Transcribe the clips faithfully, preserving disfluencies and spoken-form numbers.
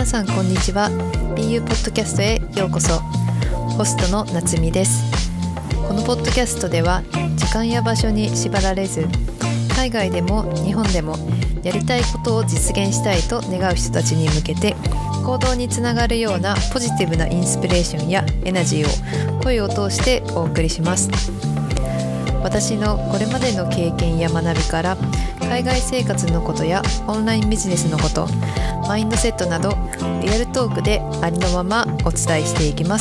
皆さんこんにちは。 ビーユー ポッドキャストへようこそ。ホストの夏美です。このポッドキャストでは時間や場所に縛られず、海外でも日本でもやりたいことを実現したいと願う人たちに向けて、行動につながるようなポジティブなインスピレーションやエナジーを声を通してお送りします。私のこれまでの経験や学びから、海外生活のことやオンラインビジネスのこと、マインドセットなどリアルトークでありのままお伝えしていきます。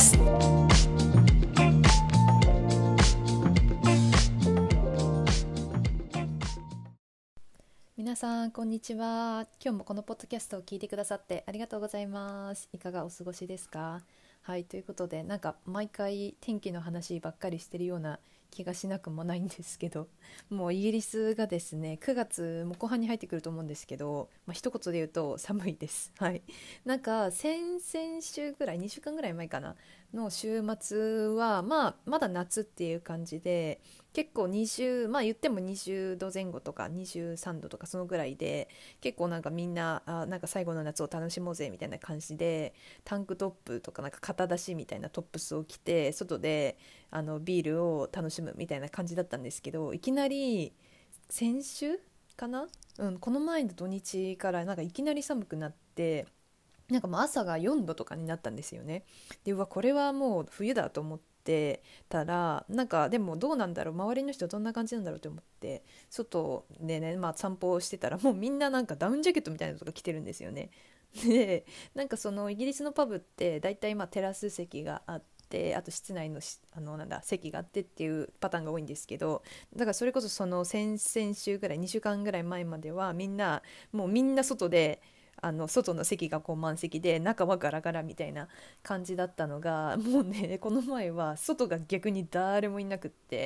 皆さんこんにちは。今日もこのポッドキャストを聞いてくださってありがとうございます。いかがお過ごしですか？はい、ということで、なんか毎回天気の話ばっかりしてるような気がしなくもないんですけど、もうイギリスがですね、くがつも後半に入ってくると思うんですけど、まあ、一言で言うと寒いです。はい、なんか先々週ぐらい、にしゅうかんぐらい前かなの週末は、まあ、まだ夏っていう感じで、結構にじゅう、まあ言ってもにじゅうどぜん後とかにじゅうさんどとかそのぐらいで、結構なんかみんなあなんか最後の夏を楽しもうぜみたいな感じで、タンクトップとかなんか肩出しみたいなトップスを着て外であのビールを楽しむみたいな感じだったんですけど、いきなり先週かな、うん、この前の土日からなんかいきなり寒くなって、なんかもう朝がよんどとかになったんですよね。で、うわこれはもう冬だと思ってたら、なんかでもどうなんだろう、周りの人どんな感じなんだろうと思って外でね、まあ、散歩をしてたら、もうみんななんかダウンジャケットみたいなのとか着てるんですよね。で、なんかそのイギリスのパブってだいたいまあテラス席があって、あと室内のしあのなんだ席があってっていうパターンが多いんですけど、だからそれこそその先々週ぐらい、にしゅうかんぐらい前まではみんなもうみんな外で、あの外の席がこう満席で中はガラガラみたいな感じだったのが、もうね、この前は外が逆に誰もいなくって、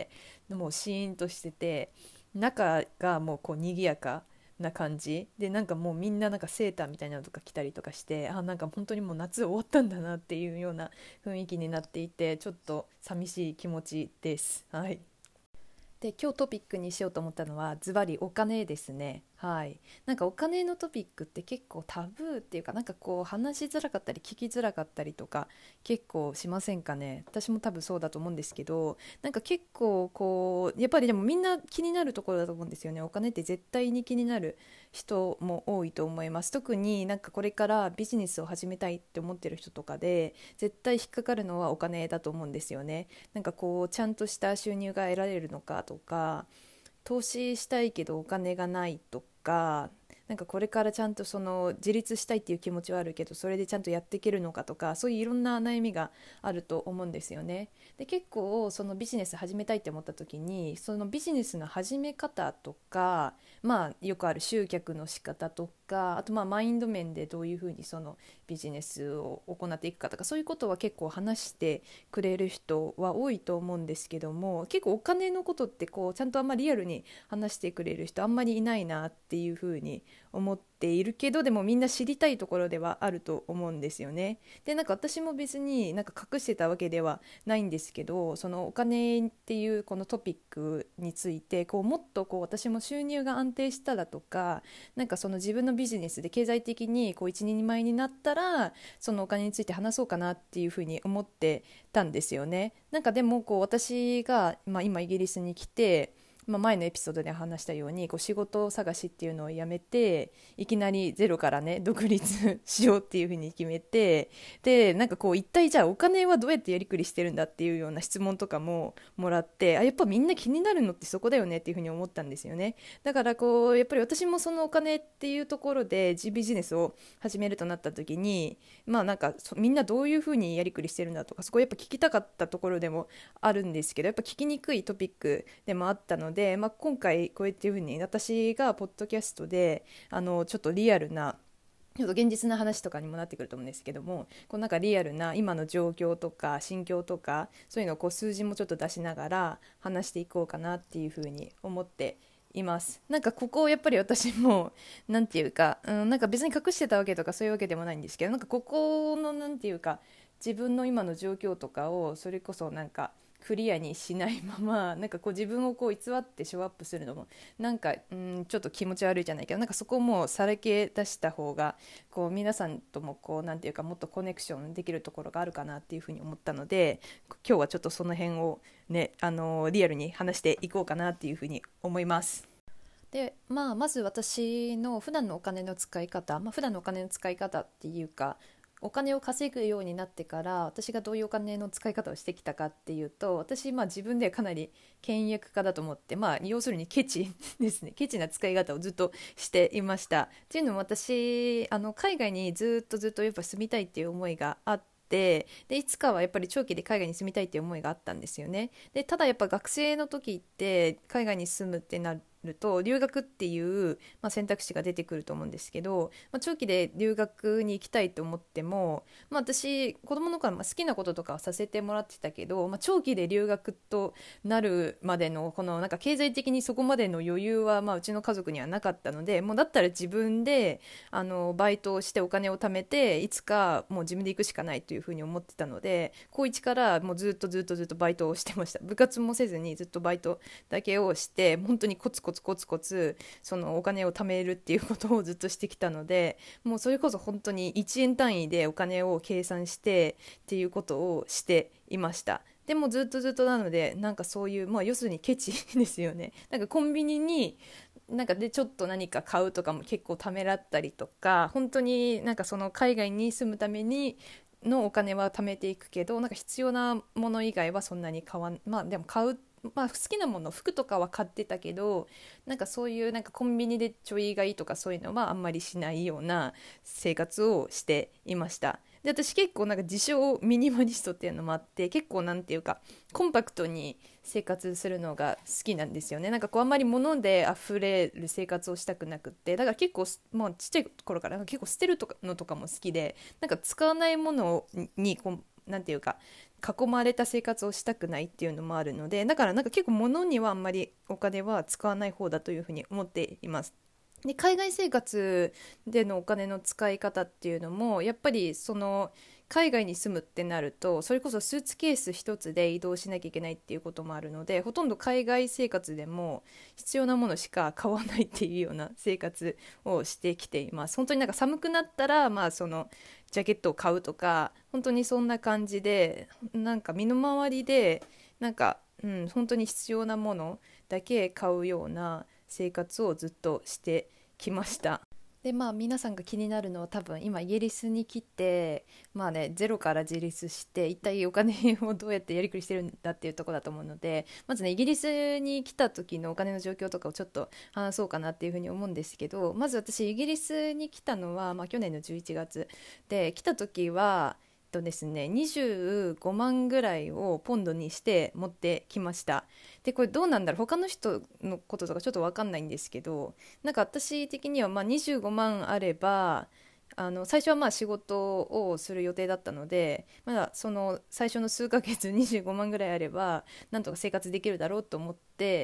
もうシーンとしてて、中がもうこう賑やかな感じで、なんかもうみんななんかセーターみたいなのとか着たりとかして、あ、なんか本当にもう夏終わったんだなっていうような雰囲気になっていて、ちょっと寂しい気持ちです。はい。で、今日トピックにしようと思ったのはズバリお金ですね。はい。なんかお金のトピックって結構タブーっていうか、なんかこう話しづらかったり聞きづらかったりとか結構しませんかね。私も多分そうだと思うんですけど、なんか結構こうやっぱりでもみんな気になるところだと思うんですよね。お金って絶対に気になる人も多いと思います。特になんかこれからビジネスを始めたいって思ってる人とかで絶対引っかかるのはお金だと思うんですよね。なんかこうちゃんとした収入が得られるのかとか、投資したいけどお金がないとか、なんかこれからちゃんとその自立したいっていう気持ちはあるけど、それでちゃんとやっていけるのかとか、そういういろんな悩みがあると思うんですよね。で、結構そのビジネス始めたいって思った時に、そのビジネスの始め方とか、まあよくある集客の仕方とか、あとまあマインド面でどういうふうにそのビジネスを行っていくかとか、そういうことは結構話してくれる人は多いと思うんですけども、結構お金のことってこうちゃんとあんまりリアルに話してくれる人あんまりいないなっていうふうに思っているけど、でもみんな知りたいところではあると思うんですよね。で、なんか私も別になんか隠してたわけではないんですけど、そのお金っていうこのトピックについてこうもっとこう私も収入が安定しただとか、なんかその自分のビジネスで経済的にこう一人前になったら、そのお金について話そうかなっていうふうに思ってたんですよね。なんかでもこう私が、まあ、今イギリスに来て、まあ、前のエピソードで話したようにこう仕事探しっていうのをやめて、いきなりゼロからね独立しようっていうふうに決めて、でなんかこう一体じゃあお金はどうやってやりくりしてるんだっていうような質問とかももらって、あ、やっぱみんな気になるのってそこだよねっていうふうに思ったんですよね。だからこうやっぱり私もそのお金っていうところで自ビジネスを始めるとなった時に、まあなんかみんなどういうふうにやりくりしてるんだとか、そこやっぱ聞きたかったところでもあるんですけど、やっぱ聞きにくいトピックでもあったので、まあ、今回こうやっていうふうに私がポッドキャストであのちょっとリアルな、ちょっと現実な話とかにもなってくると思うんですけども、こうなんかリアルな今の状況とか心境とか、そういうのをこう数字もちょっと出しながら話していこうかなっていうふうに思っています。なんかここをやっぱり私もなんていうか、うん、なんか別に隠してたわけとかそういうわけでもないんですけど、なんかここのなんていうか自分の今の状況とかをそれこそなんかクリアにしないままなんかこう自分をこう偽ってショーアップするのもなんかうんちょっと気持ち悪いじゃないけど、なんかそこをもうさらけ出した方がこう皆さんともこうなんていうかもっとコネクションできるところがあるかなっていうふうに思ったので、今日はちょっとその辺をね、あのリアルに話していこうかなっていうふうに思います。で、まあ、まず私の普段のお金の使い方、まあ、普段のお金の使い方っていうか、お金を稼ぐようになってから私がどういうお金の使い方をしてきたかっていうと、私、まあ、自分でかなり倹約家だと思って、まあ、要するにケチですね、ケチな使い方をずっとしていました。っていうのも私あの海外にずっとずっとやっぱ住みたいっていう思いがあって、でいつかはやっぱり長期で海外に住みたいっていう思いがあったんですよね。でただやっぱ学生の時って海外に住むってなると留学っていう、まあ、選択肢が出てくると思うんですけど、まあ、長期で留学に行きたいと思っても、まあ、私子供の頃まあ好きなこととかはさせてもらってたけど、まあ、長期で留学となるまでのこのなんか経済的にそこまでの余裕はまあうちの家族にはなかったので、もうだったら自分であのバイトをしてお金を貯めていつかもう自分で行くしかないというふうに思ってたので、高いちからもうずっとずっとずっとバイトをしてました。部活もせずにずっとバイトだけをして本当にコツコツコツコツそのお金を貯めるっていうことをずっとしてきたので、もうそれこそ本当にいちえん単位でお金を計算してっていうことをしていました。でもずっとずっとなのでなんかそういう、まあ、要するにケチですよね。なんかコンビニになんかでちょっと何か買うとかも結構ためらったりとか、本当になんかその海外に住むためにのお金は貯めていくけど、なんか必要なもの以外はそんなに買わん、まあでも買う、まあ、好きなもの服とかは買ってたけど、なんかそういうなんかコンビニでちょい買いとかそういうのはあんまりしないような生活をしていました。で私結構なんか自称ミニマリストっていうのもあって、結構なんていうかコンパクトに生活するのが好きなんですよね。なんかこうあんまり物で溢れる生活をしたくなくって、だから結構もうちっちゃい頃から結構捨てるとかのとかも好きで、なんか使わないものにこうなんていうか囲まれた生活をしたくないっていうのもあるので、だからなんか結構物にはあんまりお金は使わない方だというふうに思っています。で海外生活でのお金の使い方っていうのもやっぱりその海外に住むってなるとそれこそスーツケース一つで移動しなきゃいけないっていうこともあるので、ほとんど海外生活でも必要なものしか買わないっていうような生活をしてきています。本当になんか寒くなったらまあそのジャケットを買うとか、本当にそんな感じでなんか身の回りでなんか、うん、本当に必要なものだけ買うような生活をずっとしてきました。でまあ皆さんが気になるのは多分今イギリスに来てまあねゼロから自立して一体お金をどうやってやりくりしてるんだっていうところだと思うので、まずねイギリスに来た時のお金の状況とかをちょっと話そうかなっていうふうに思うんですけど、まず私イギリスに来たのは、まあ、去年のじゅういちがつで、来た時はとですね、にじゅうごまんぐらいをポンドにして持ってきました。でこれどうなんだろう、他の人のこととかちょっと分かんないんですけど、なんか私的にはまあにじゅうごまんあればあの最初はまあ仕事をする予定だったので、まだその最初の数ヶ月にじゅうごまんぐらいあればなんとか生活できるだろうと思って、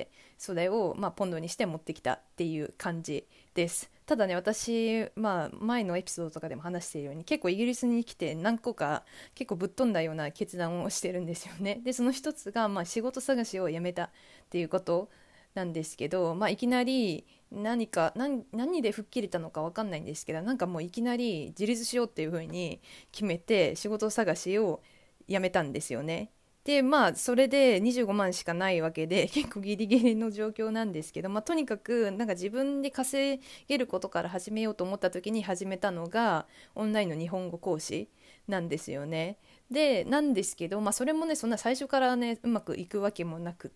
それをまあポンドにして持ってきたっていう感じです。ただね私、まあ、前のエピソードとかでも話しているように結構イギリスに来て何個か結構ぶっ飛んだような決断をしてるんですよね。でその一つが、まあ、仕事探しをやめたっていうことなんですけど、まあ、いきなり何か何、何で吹っ切れたのか分かんないんですけど、なんかもういきなり自立しようっていう風に決めて仕事探しをやめたんですよね。でまあそれでにじゅうごまんしかないわけで結構ギリギリの状況なんですけど、まあ、とにかくなんか自分で稼げることから始めようと思った時に始めたのがオンラインの日本語講師なんですよね。でなんですけど、まあ、それもねそんな最初からねうまくいくわけもなくって、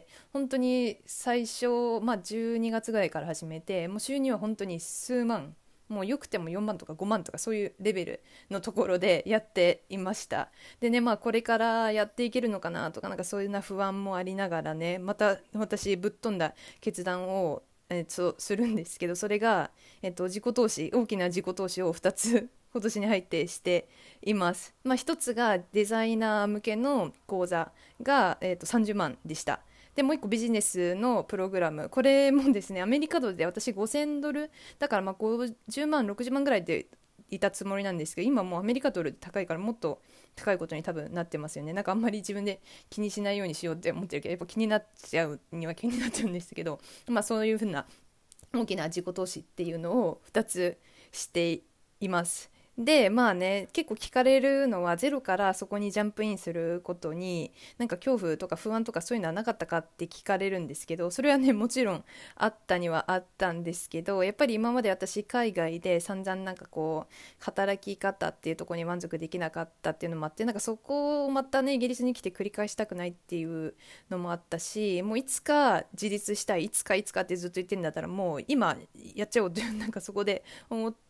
本当に最初、まあ、じゅうにがつぐらいから始めてもう収入は本当に数万、もうよくてもよんまんとかごまんとかそういうレベルのところでやっていました。でねまあこれからやっていけるのかなとかなんかそういうな不安もありながらね、また私ぶっ飛んだ決断をえっとするんですけど、それが、えっと、自己投資、大きな自己投資をふたつ今年に入ってしています。まあ、ひとつがデザイナー向けの講座が、えっと、さんじゅうまんでした。でもう一個ビジネスのプログラム、これもですねアメリカドルで私ごせんドルだからまあごじゅうまんろくじゅうまんぐらいでいたつもりなんですけど、今もうアメリカドル高いからもっと高いことに多分なってますよね。なんかあんまり自分で気にしないようにしようって思ってるけど、やっぱ気になっちゃうには気になっちゃうんですけど、まあそういうふうな大きな自己投資っていうのをふたつしています。でまあね、結構聞かれるのはゼロからそこにジャンプインすることになんか恐怖とか不安とかそういうのはなかったかって聞かれるんですけど、それはねもちろんあったにはあったんですけど、やっぱり今まで私海外で散々なんかこう働き方っていうところに満足できなかったっていうのもあって、なんかそこをまたねイギリスに来て繰り返したくないっていうのもあったし、もういつか自立したい、いつかいつかってずっと言ってるんだったらもう今やっちゃおうってなんかそこで思って、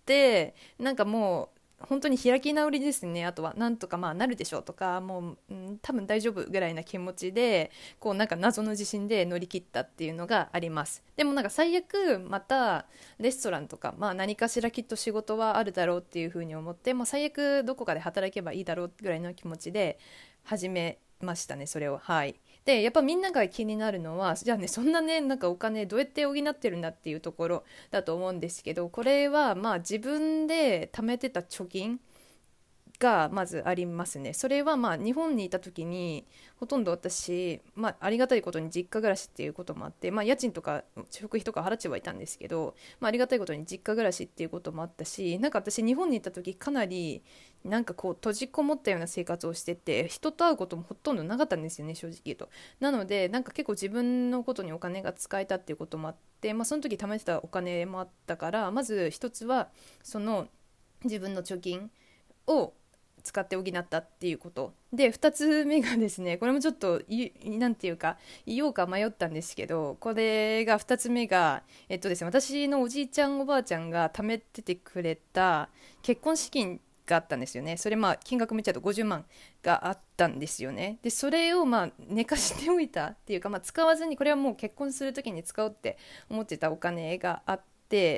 なんかもう本当に開き直りですね。あとはなんとかまあなるでしょうとか、もう、うん、多分大丈夫ぐらいな気持ちでこうなんか謎の自信で乗り切ったっていうのがあります。でもなんか最悪またレストランとか、まあ、何かしらきっと仕事はあるだろうっていうふうに思って、まあ、最悪どこかで働けばいいだろうぐらいの気持ちで始めましたね、それを。はい。でやっぱみんなが気になるのは、じゃあねそんなねなんかお金どうやって補ってるんだっていうところだと思うんですけど、これはまあ自分で貯めてた貯金がまずありますね。それはまあ日本にいた時にほとんど私、まあ、ありがたいことに実家暮らしっていうこともあって、まあ、家賃とか食費とか払ってはいたんですけど、まあ、ありがたいことに実家暮らしっていうこともあったし、なんか私日本にいた時かなりなんかこう閉じこもったような生活をしてて、人と会うこともほとんどなかったんですよね、正直言うと。なのでなんか結構自分のことにお金が使えたっていうこともあって、まあ、その時貯めてたお金もあったから、まず一つはその自分の貯金を使って補ったっていうことで、ふたつめがですね、これもちょっとなんていうか言おうか迷ったんですけど、これがふたつめがえっとですね、私のおじいちゃんおばあちゃんが貯めててくれた結婚資金があったんですよね。それまあ金額めっちゃうとごじゅうまんがあったんですよね。でそれをまあ寝かしておいたっていうか、まあ、使わずにこれはもう結婚する時に使おうって思ってたお金があって、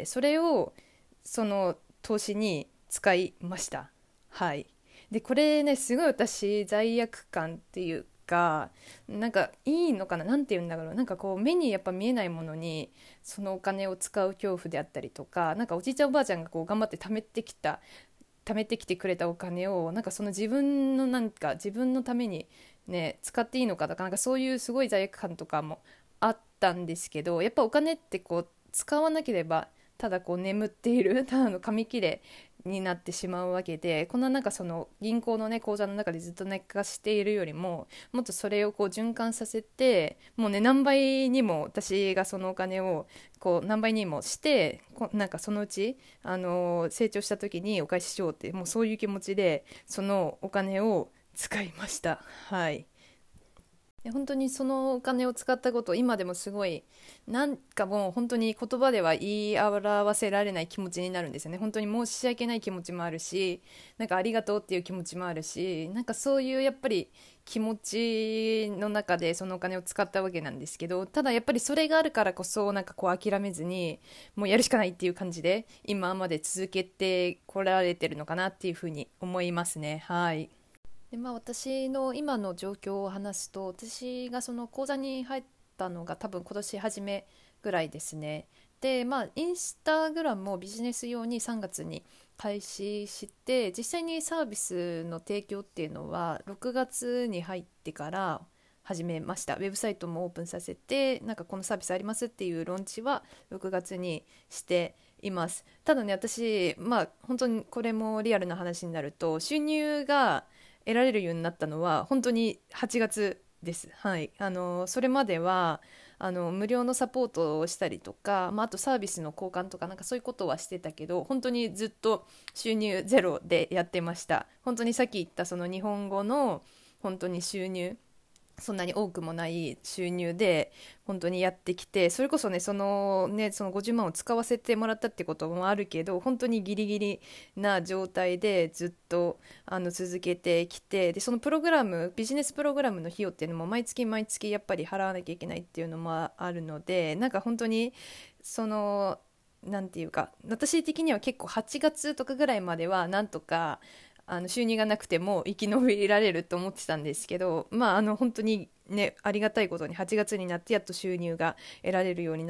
それをその投資に使いました。はい。でこれねすごい私罪悪感っていうか、なんかいいのかな、なんて言うんだろう、なんかこう目にやっぱ見えないものにそのお金を使う恐怖であったりとか、なんかおじいちゃんおばあちゃんがこう頑張って貯めてきた貯めてきてくれたお金をなんかその自分のなんか自分のためにね使っていいのかとか、なんかそういうすごい罪悪感とかもあったんですけど、やっぱお金ってこう使わなければただこう眠っているただの紙切れになってしまうわけで、こんななんかその銀行のね口座の中でずっと寝かしているよりも、もっとそれをこう循環させて、もうね何倍にも私がそのお金をこう何倍にもしてこなんかそのうち、あのー成長した時にお返ししようって、もうそういう気持ちでそのお金を使いました。はい。で本当にそのお金を使ったこと今でもすごいなんかもう本当に言葉では言い表せられない気持ちになるんですよね。本当に申し訳ない気持ちもあるし、なんかありがとうっていう気持ちもあるし、なんかそういうやっぱり気持ちの中でそのお金を使ったわけなんですけど、ただやっぱりそれがあるからこそなんかこう諦めずにもうやるしかないっていう感じで今まで続けてこられてるのかなっていうふうに思いますね。はい。でまあ、私の今の状況を話すと、私がその講座に入ったのが多分今年初めぐらいですね。でまあインスタグラムもビジネス用にさんがつに開始して、実際にサービスの提供っていうのはろくがつに入ってから始めました。ウェブサイトもオープンさせて、なんかこのサービスありますっていうローンチはろくがつにしています。ただね私まあ本当にこれもリアルな話になると、収入が得られるようになったのは本当にはちがつです。はい、あのそれまではあの無料のサポートをしたりとか、まあ、あとサービスの交換とかなんかそういうことはしてたけど、本当にずっと収入ゼロでやってました。本当にさっき言ったその日本語の本当に収入、そんなに多くもない収入で本当にやってきて、それこそねそのねそのごじゅうまんを使わせてもらったってこともあるけど、本当にギリギリな状態でずっとあの続けてきて、でそのプログラムビジネスプログラムの費用っていうのも毎月毎月やっぱり払わなきゃいけないっていうのもあるので、なんか本当にそのなんていうか、私的には結構はちがつとかぐらいまではなんとかあの収入がなくても生き延びられると思ってたんですけど、まああの本当にねありがたいことにはちがつになってやっと収入が得られるようになって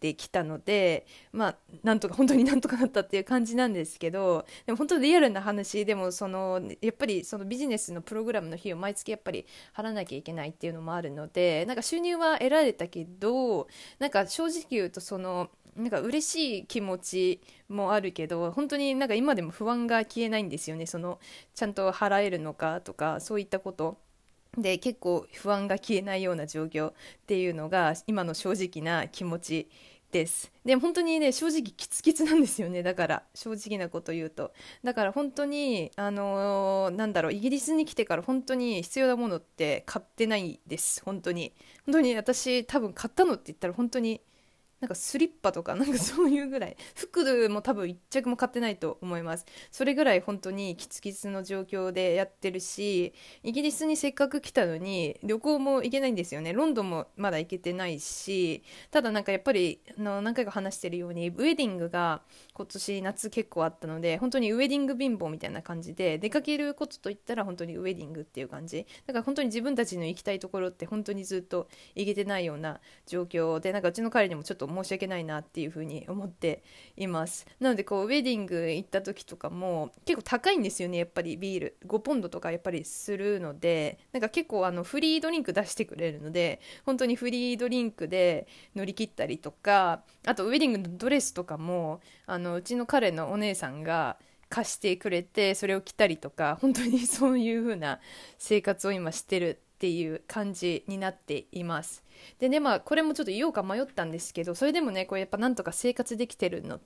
てきたので、まあなんとか本当になんとかなったっていう感じなんですけど、でも本当リアルな話でも、そのやっぱりそのビジネスのプログラムの費用毎月やっぱり払わなきゃいけないっていうのもあるので、なんか収入は得られたけど、なんか正直言うと、そのなんか嬉しい気持ちもあるけど、本当になんか今でも不安が消えないんですよね。そのちゃんと払えるのかとか、そういったことで結構不安が消えないような状況っていうのが今の正直な気持ちです。で本当にね、正直キツキツなんですよね。だから正直なこと言うと、だから本当にあのーなんだろう、イギリスに来てから本当に必要なものって買ってないです。本当に本当に私多分買ったのって言ったら本当になんかスリッパとかなんかそういうぐらい、服も多分一着も買ってないと思います。それぐらい本当にキツキツの状況でやってるし、イギリスにせっかく来たのに旅行も行けないんですよね。ロンドンもまだ行けてないし、ただなんかやっぱりあの何回か話してるようにウェディングが今年夏結構あったので、本当にウェディング貧乏みたいな感じで、出かけることといったら本当にウェディングっていう感じだから、本当に自分たちの行きたいところって本当にずっと行けてないような状況で、なんかうちの彼にもちょっと申し訳ないなっていうふうに思っています。なのでこうウェディング行った時とかも結構高いんですよね。やっぱりビールごポンドとかやっぱりするので、なんか結構あのフリードリンク出してくれるので、本当にフリードリンクで乗り切ったりとか、あとウェディングのドレスとかもあのうちの彼のお姉さんが貸してくれて、それを着たりとか、本当にそういう風な生活を今してるっていう感じになっています。でね、まあこれもちょっと言おうか迷ったんですけど、それでもね、これやっぱなんとか生活できてるのって、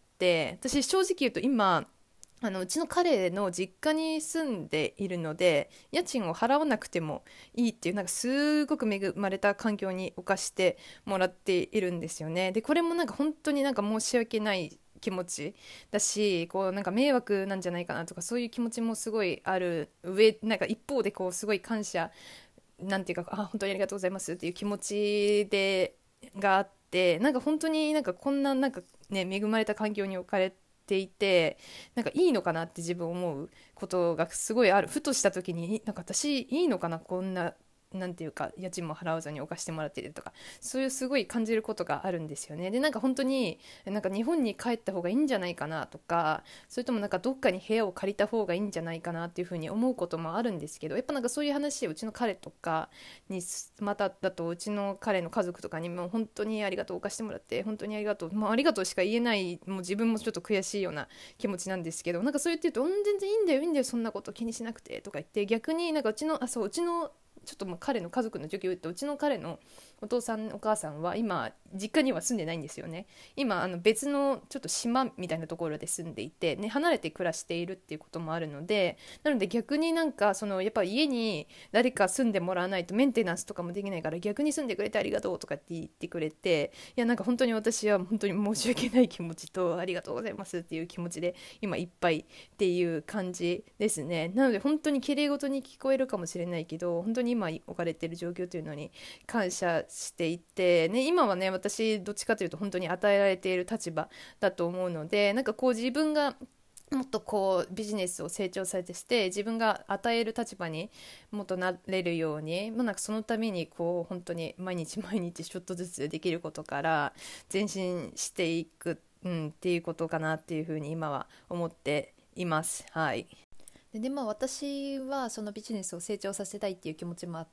私正直言うと今あのうちの彼の実家に住んでいるので、家賃を払わなくてもいいっていう、なんかすごく恵まれた環境に置かしてもらっているんですよね。でこれもなんか本当になんか申し訳ない気持ちだし、こうなんか迷惑なんじゃないかなとか、そういう気持ちもすごいある上、なんか一方でこうすごい感謝、なんていうか、あ本当にありがとうございますっていう気持ちでがあって、なんか本当になんかこんななんかね、恵まれた環境に置かれていて、なんかいいのかなって自分思うことがすごいある。ふとした時に、なんか私いいのかな、こんななんていうか家賃も払わずにお貸してもらってるとか、そういうすごい感じることがあるんですよね。でなんか本当になんか日本に帰った方がいいんじゃないかなとか、それともなんかどっかに部屋を借りた方がいいんじゃないかなっていうふうに思うこともあるんですけど、やっぱなんかそういう話をうちの彼とかに、まただとうちの彼の家族とかにも本当にありがとう、お貸してもらって本当にありがとう、もうありがとうしか言えない、もう自分もちょっと悔しいような気持ちなんですけど、なんかそう言って言うと、うん全然いいんだよいいんだよ、そんなこと気にしなくてとか言って、逆になんかうちのあそううちのちょっともう彼の家族の状況を言うと、うちの彼のお父さんお母さんは今実家には住んでないんですよね。今あの別のちょっと島みたいなところで住んでいて、ね、離れて暮らしているっていうこともあるので、なので逆になんかそのやっぱ家に誰か住んでもらわないとメンテナンスとかもできないから、逆に住んでくれてありがとうとかって言ってくれて、いやなんか本当に私は本当に申し訳ない気持ちとありがとうございますっていう気持ちで今いっぱいっていう感じですね。なので本当に綺麗事に聞こえるかもしれないけど、本当に今置かれている状況というのに感謝していて、ね、今はね私どっちかというと本当に与えられている立場だと思うので、なんかこう自分がもっとこうビジネスを成長されてして自分が与える立場にもっとなれるように、まあ、なんかそのためにこう本当に毎日毎日ちょっとずつできることから前進していく、うん、っていうことかなっていうふうに今は思っています。はい。で、でまあ私はそのビジネスを成長させたいっていう気持ちもあって、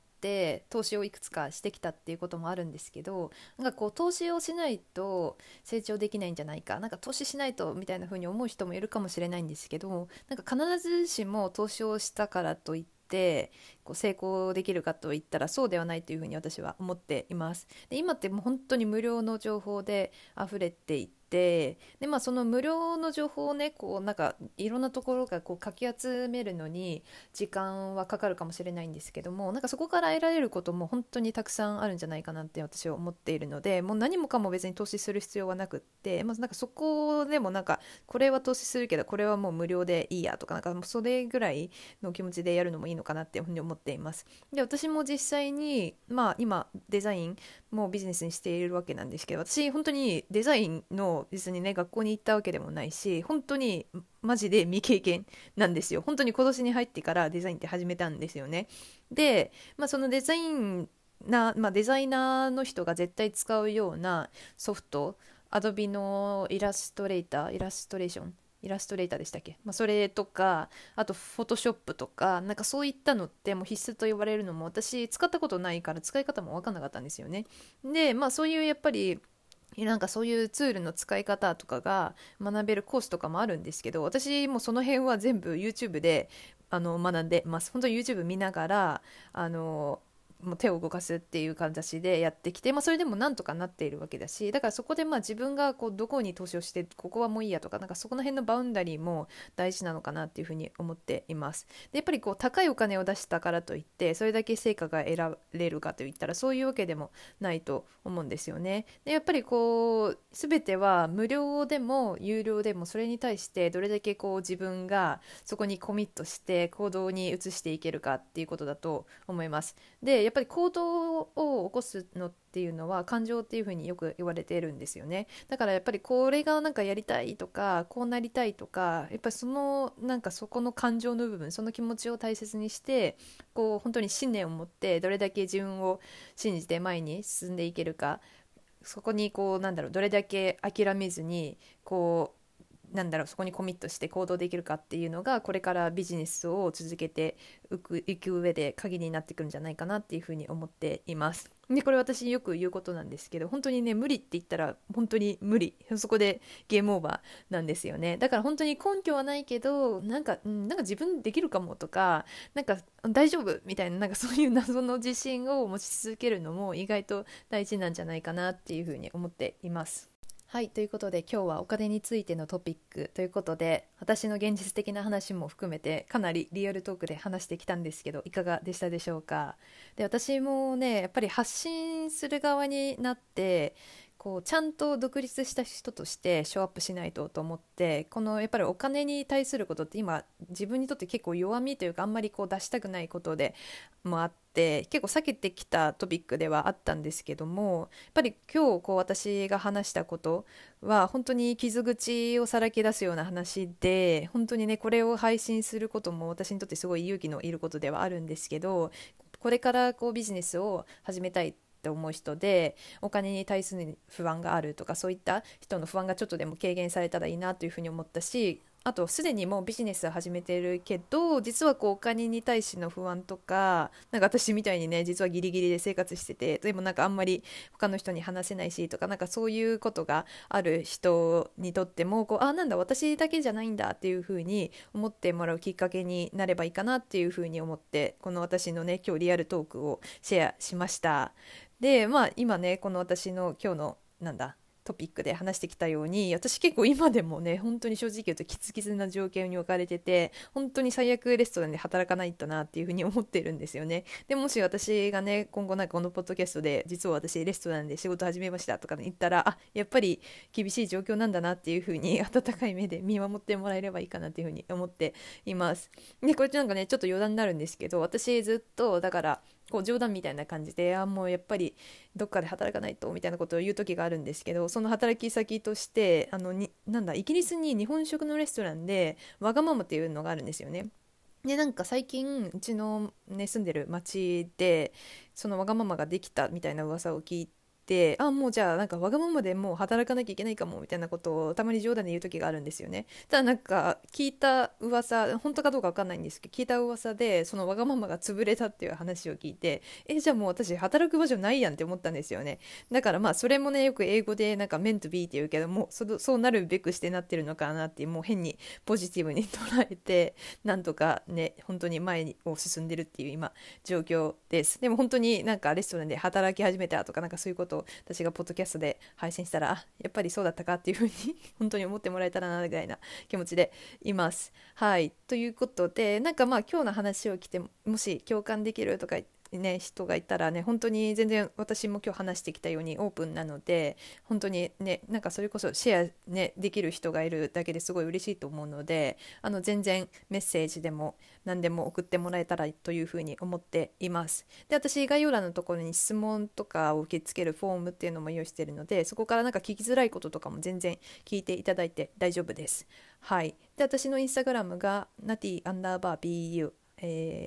投資をいくつかしてきたっていうこともあるんですけど、なんかこう投資をしないと成長できないんじゃないか、なんか投資しないとみたいな風に思う人もいるかもしれないんですけど、なんか必ずしも投資をしたからといってこう成功できるかといったらそうではないというふうに私は思っています。で今ってもう本当に無料の情報で溢れていて、で、まあ、その無料の情報をねこうなんかいろんなところがこうかき集めるのに時間はかかるかもしれないんですけども、なんかそこから得られることも本当にたくさんあるんじゃないかなって私は思っているので、もう何もかも別に投資する必要はなくって、まずなんかそこでもなんかこれは投資するけどこれはもう無料でいいやとか、なんかもうそれぐらいの気持ちでやるのもいいのかなっていうふうに思っています。で私も実際に、まあ、今デザインもうビジネスにしているわけなんですけど、私本当にデザインの別にね学校に行ったわけでもないし、本当にマジで未経験なんですよ。本当に今年に入ってからデザインって始めたんですよね。で、まあ、そのデザインな、まあ、デザイナーの人が絶対使うようなソフト Adobe のイラストレーターイラストレーションイラストレーターでしたっけ、まあ、それとか、あとフォトショップとか、なんかそういったのってもう必須と呼ばれるのも私使ったことないから使い方も分かんなかったんですよね。でまあそういうやっぱりなんかそういうツールの使い方とかが学べるコースとかもあるんですけど、私もその辺は全部 YouTube であの学んでます。本当に YouTube 見ながらあのもう手を動かすっていう形でやってきて、まあ、それでもなんとかなっているわけだし、だからそこでまあ自分がこうどこに投資をしてここはもういいやとか、なんかそこの辺のバウンダリーも大事なのかなっていうふうに思っています。でやっぱりこう高いお金を出したからといってそれだけ成果が得られるかといったらそういうわけでもないと思うんですよね。でやっぱりこう全ては無料でも有料でもそれに対してどれだけこう自分がそこにコミットして行動に移していけるかっていうことだと思います。でやっぱり行動を起こすのっていうのは感情っていうふうによく言われているんですよね。だからやっぱりこれがなんかやりたいとかこうなりたいとか、やっぱりそのなんかそこの感情の部分、その気持ちを大切にしてこう本当に信念を持ってどれだけ自分を信じて前に進んでいけるか、そこにこうなんだろう、どれだけ諦めずにこうなんだろう、そこにコミットして行動できるかっていうのがこれからビジネスを続けていく、いく上で鍵になってくるんじゃないかなっていうふうに思っています。でこれ私よく言うことなんですけど、本当にね無理って言ったら本当に無理、そこでゲームオーバーなんですよね。だから本当に根拠はないけどなんか、うん、なんか自分できるかもとか、なんか大丈夫みたいな、なんかそういう謎の自信を持ち続けるのも意外と大事なんじゃないかなっていうふうに思っています。はい、ということで今日はお金についてのトピックということで、私の現実的な話も含めてかなりリアルトークで話してきたんですけど、いかがでしたでしょうか。で私もねやっぱり発信する側になってこうちゃんと独立した人としてショーアップしないとと思って、このやっぱりお金に対することって今自分にとって結構弱みというか、あんまりこう出したくないことでもあって、結構避けてきたトピックではあったんですけども、やっぱり今日こう私が話したことは本当に傷口をさらけ出すような話で、本当にねこれを配信することも私にとってすごい勇気のいることではあるんですけど、これからこうビジネスを始めたいって思う人でお金に対する不安があるとか、そういった人の不安がちょっとでも軽減されたらいいなというふうに思ったし、あとすでにもうビジネスを始めてるけど実はこうお金に対しての不安とか、なんか私みたいにね実はギリギリで生活してて、でもなんかあんまり他の人に話せないしとか、なんかそういうことがある人にとってもこう、あなんだ私だけじゃないんだっていうふうに思ってもらうきっかけになればいいかなっていうふうに思って、この私のね今日リアルトークをシェアしました。でまあ今ねこの私の今日のなんだトピックで話してきたように、私結構今でもね本当に正直言うとキツキツな状況に置かれてて、本当に最悪レストランで働かないとなっていうふうに思ってるんですよね。でもし私がね今後なんかこのポッドキャストで実は私レストランで仕事始めましたとか言ったら、あやっぱり厳しい状況なんだなっていうふうに温かい目で見守ってもらえればいいかなっていうふうに思っています。でこれなんかねちょっと余談になるんですけど、私ずっとだからこう冗談みたいな感じで、あもうやっぱりどっかで働かないとみたいなことを言う時があるんですけど、その働き先としてあのになんだイギリスに日本食のレストランでわがままっていうのがあるんですよね。でなんか最近うちの、ね、住んでる町でそのわがままができたみたいな噂を聞いて、あもうじゃあなんかわがままでもう働かなきゃいけないかもみたいなことをたまに冗談で言う時があるんですよね。ただなんか聞いた噂、本当かどうかわかんないんですけど、聞いた噂でそのわがままが潰れたっていう話を聞いて、えじゃあもう私働く場所ないやんって思ったんですよね。だからまあそれもねよく英語でなんかメントビーって言うけども、そそうなるべくしてなってるのかなっていう、もう変にポジティブに捉えてなんとかね本当に前を進んでるっていう今状況です。でも本当になんかレストランで働き始めたとか、なんかそういうことを私がポッドキャストで配信したら、あやっぱりそうだったかっていうふうに本当に思ってもらえたらなぐらいな気持ちでいます。はいということで、なんかまあ今日の話を聞いてもし共感できるとかね、人がいたらね本当に全然私も今日話してきたようにオープンなので、本当にねなんかそれこそシェア、ね、できる人がいるだけですごい嬉しいと思うので、あの全然メッセージでも何でも送ってもらえたらというふうに思っています。で私概要欄のところに質問とかを受け付けるフォームっていうのも用意しているので、そこからなんか聞きづらいこととかも全然聞いていただいて大丈夫です。はいで私のインスタグラムがナティアンダーバー ビーユー、えー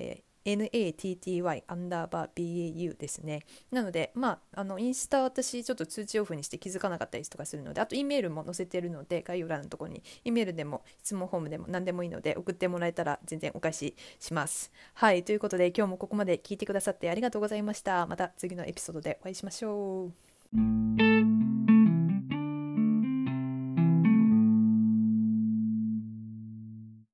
エヌエーティーティーワイ アンダーバー ビーエーユー ですね。なので、まあ、あのインスタ私ちょっと通知オフにして気づかなかったりとかするので、あと E メールも載せてるので、概要欄のところに E メールでも質問フォームでも何でもいいので送ってもらえたら全然お返しします。はい、ということで今日もここまで聞いてくださってありがとうございました。また次のエピソードでお会いしましょう。